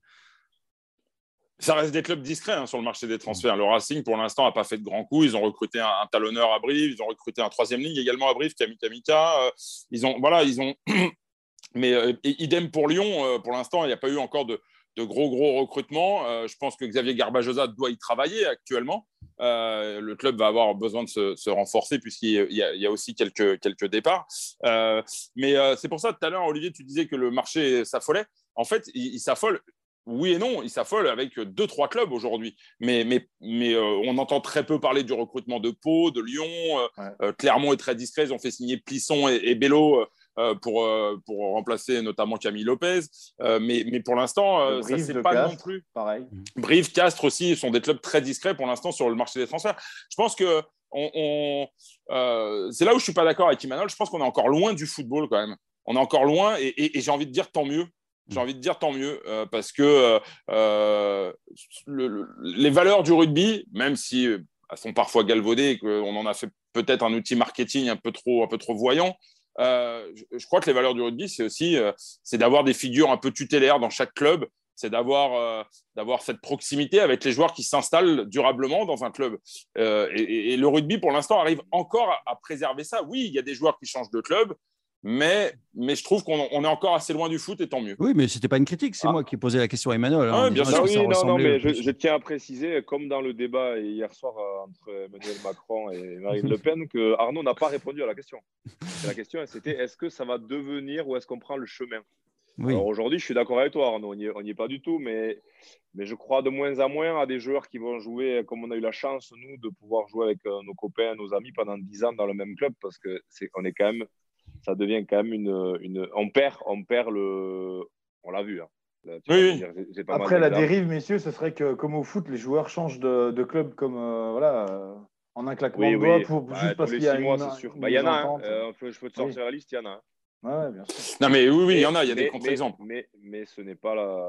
Ça reste des clubs discrets hein, sur le marché des transferts. Le Racing, pour l'instant, n'a pas fait de grands coups. Ils ont recruté un, un talonneur à Brive, ils ont recruté un troisième ligne également à Brive, Camille Kamika. Euh, ils ont, voilà, ils ont. Mais euh, idem pour Lyon. Euh, pour l'instant, il n'y a pas eu encore de, de gros gros recrutements. Euh, je pense que Xavier Garbajosa doit y travailler actuellement. Euh, le club va avoir besoin de se, se renforcer puisqu'il y a, il y a aussi quelques quelques départs. Euh, mais euh, c'est pour ça tout à l'heure, Olivier, tu disais que le marché s'affolait. En fait, il, il s'affole. Oui et non, il s'affole avec deux, trois clubs aujourd'hui. Mais, mais, mais euh, on entend très peu parler du recrutement de Pau, de Lyon. Euh, ouais. euh, Clermont est très discret. Ils ont fait signer Plisson et, et Bello euh, pour, euh, pour remplacer notamment Camille Lopez. Euh, mais, mais pour l'instant, euh, ça ne s'est pas Castres, non plus. Pareil. Brive, Castres aussi sont des clubs très discrets pour l'instant sur le marché des transferts. Je pense que on, on, euh, c'est là où je ne suis pas d'accord avec Imanol. Je pense qu'on est encore loin du football quand même. On est encore loin et, et, et j'ai envie de dire tant mieux. J'ai envie de dire tant mieux euh, parce que euh, le, le, les valeurs du rugby, même si euh, elles sont parfois galvaudées et qu'on en a fait peut-être un outil marketing un peu trop, un peu trop voyant, euh, je, je crois que les valeurs du rugby, c'est aussi euh, c'est d'avoir des figures un peu tutélaires dans chaque club, c'est d'avoir, euh, d'avoir cette proximité avec les joueurs qui s'installent durablement dans un club. Euh, et, et le rugby, pour l'instant, arrive encore à, à préserver ça. Oui, il y a des joueurs qui changent de club, Mais, mais je trouve qu'on on est encore assez loin du foot et tant mieux. Oui, mais ce n'était pas une critique, c'est ah. moi qui ai posé la question à Emmanuel. Ah, bien sûr, oui, non, non, mais je, je tiens à préciser, comme dans le débat hier soir entre Emmanuel Macron et Marine Le Pen, que Arnaud n'a pas répondu à la question. Et la question, c'était est-ce que ça va devenir ou est-ce qu'on prend le chemin? Oui. Alors aujourd'hui, je suis d'accord avec toi, Arnaud, on n'y est pas du tout, mais, mais je crois de moins en moins à des joueurs qui vont jouer, comme on a eu la chance, nous, de pouvoir jouer avec nos copains, nos amis pendant dix ans dans le même club, parce que c'est, on est quand même. Ça devient quand même une, une... On perd, on perd le... On l'a vu. Hein. Là, oui. Dire, j'ai, j'ai pas Après, la dérive, messieurs, ce serait que, comme au foot, les joueurs changent de, de club comme, euh, voilà, euh, en un claquement oui, de doigts oui. pour, bah, juste parce qu'il y a mois, une, c'est sûr. Il bah, y en a un. Euh, je peux te sortir oui. la liste, il y en a un. Ouais, bien sûr. Non, mais oui, oui, il y en a, il y a mais, des contre-exemples. Mais, mais, mais ce n'est pas la...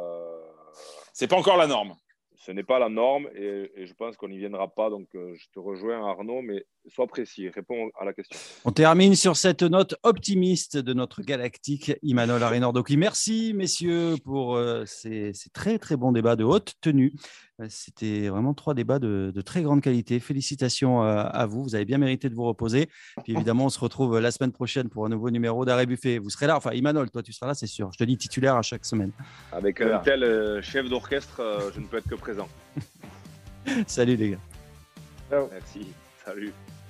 C'est pas encore la norme. Ce n'est pas la norme et, et je pense qu'on n'y viendra pas. Donc, euh, je te rejoins, Arnaud, mais sois précis, réponds à la question. On termine sur cette note optimiste de notre galactique Imanol Arinordoki. Merci, messieurs, pour euh, ces, ces très, très bons débats de haute tenue. Euh, c'était vraiment trois débats de, de très grande qualité. Félicitations euh, à vous. Vous avez bien mérité de vous reposer. Puis évidemment, on se retrouve la semaine prochaine pour un nouveau numéro d'Arrêt Buffet. Vous serez là. Enfin, Imanol, toi, tu seras là, c'est sûr. Je te dis titulaire à chaque semaine. Avec un tel euh, chef d'orchestre, euh, je ne peux être que présent. Salut les gars. Ciao. Merci. Salut.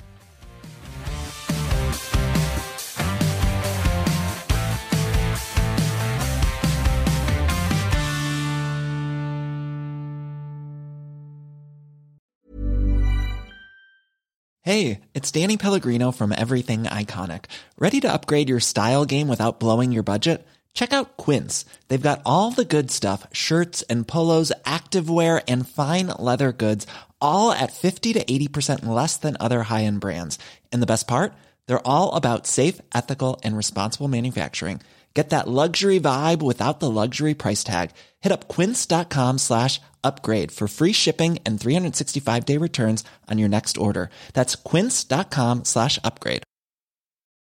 Hey, it's Danny Pellegrino from Everything Iconic. Ready to upgrade your style game without blowing your budget? Check out Quince. They've got all the good stuff, shirts and polos, activewear, and fine leather goods, all at fifty to eighty percent less than other high-end brands. And the best part? They're all about safe, ethical, and responsible manufacturing. Get that luxury vibe without the luxury price tag. Hit up quince.com slash upgrade for free shipping and three sixty-five day returns on your next order. That's quince.com slash upgrade.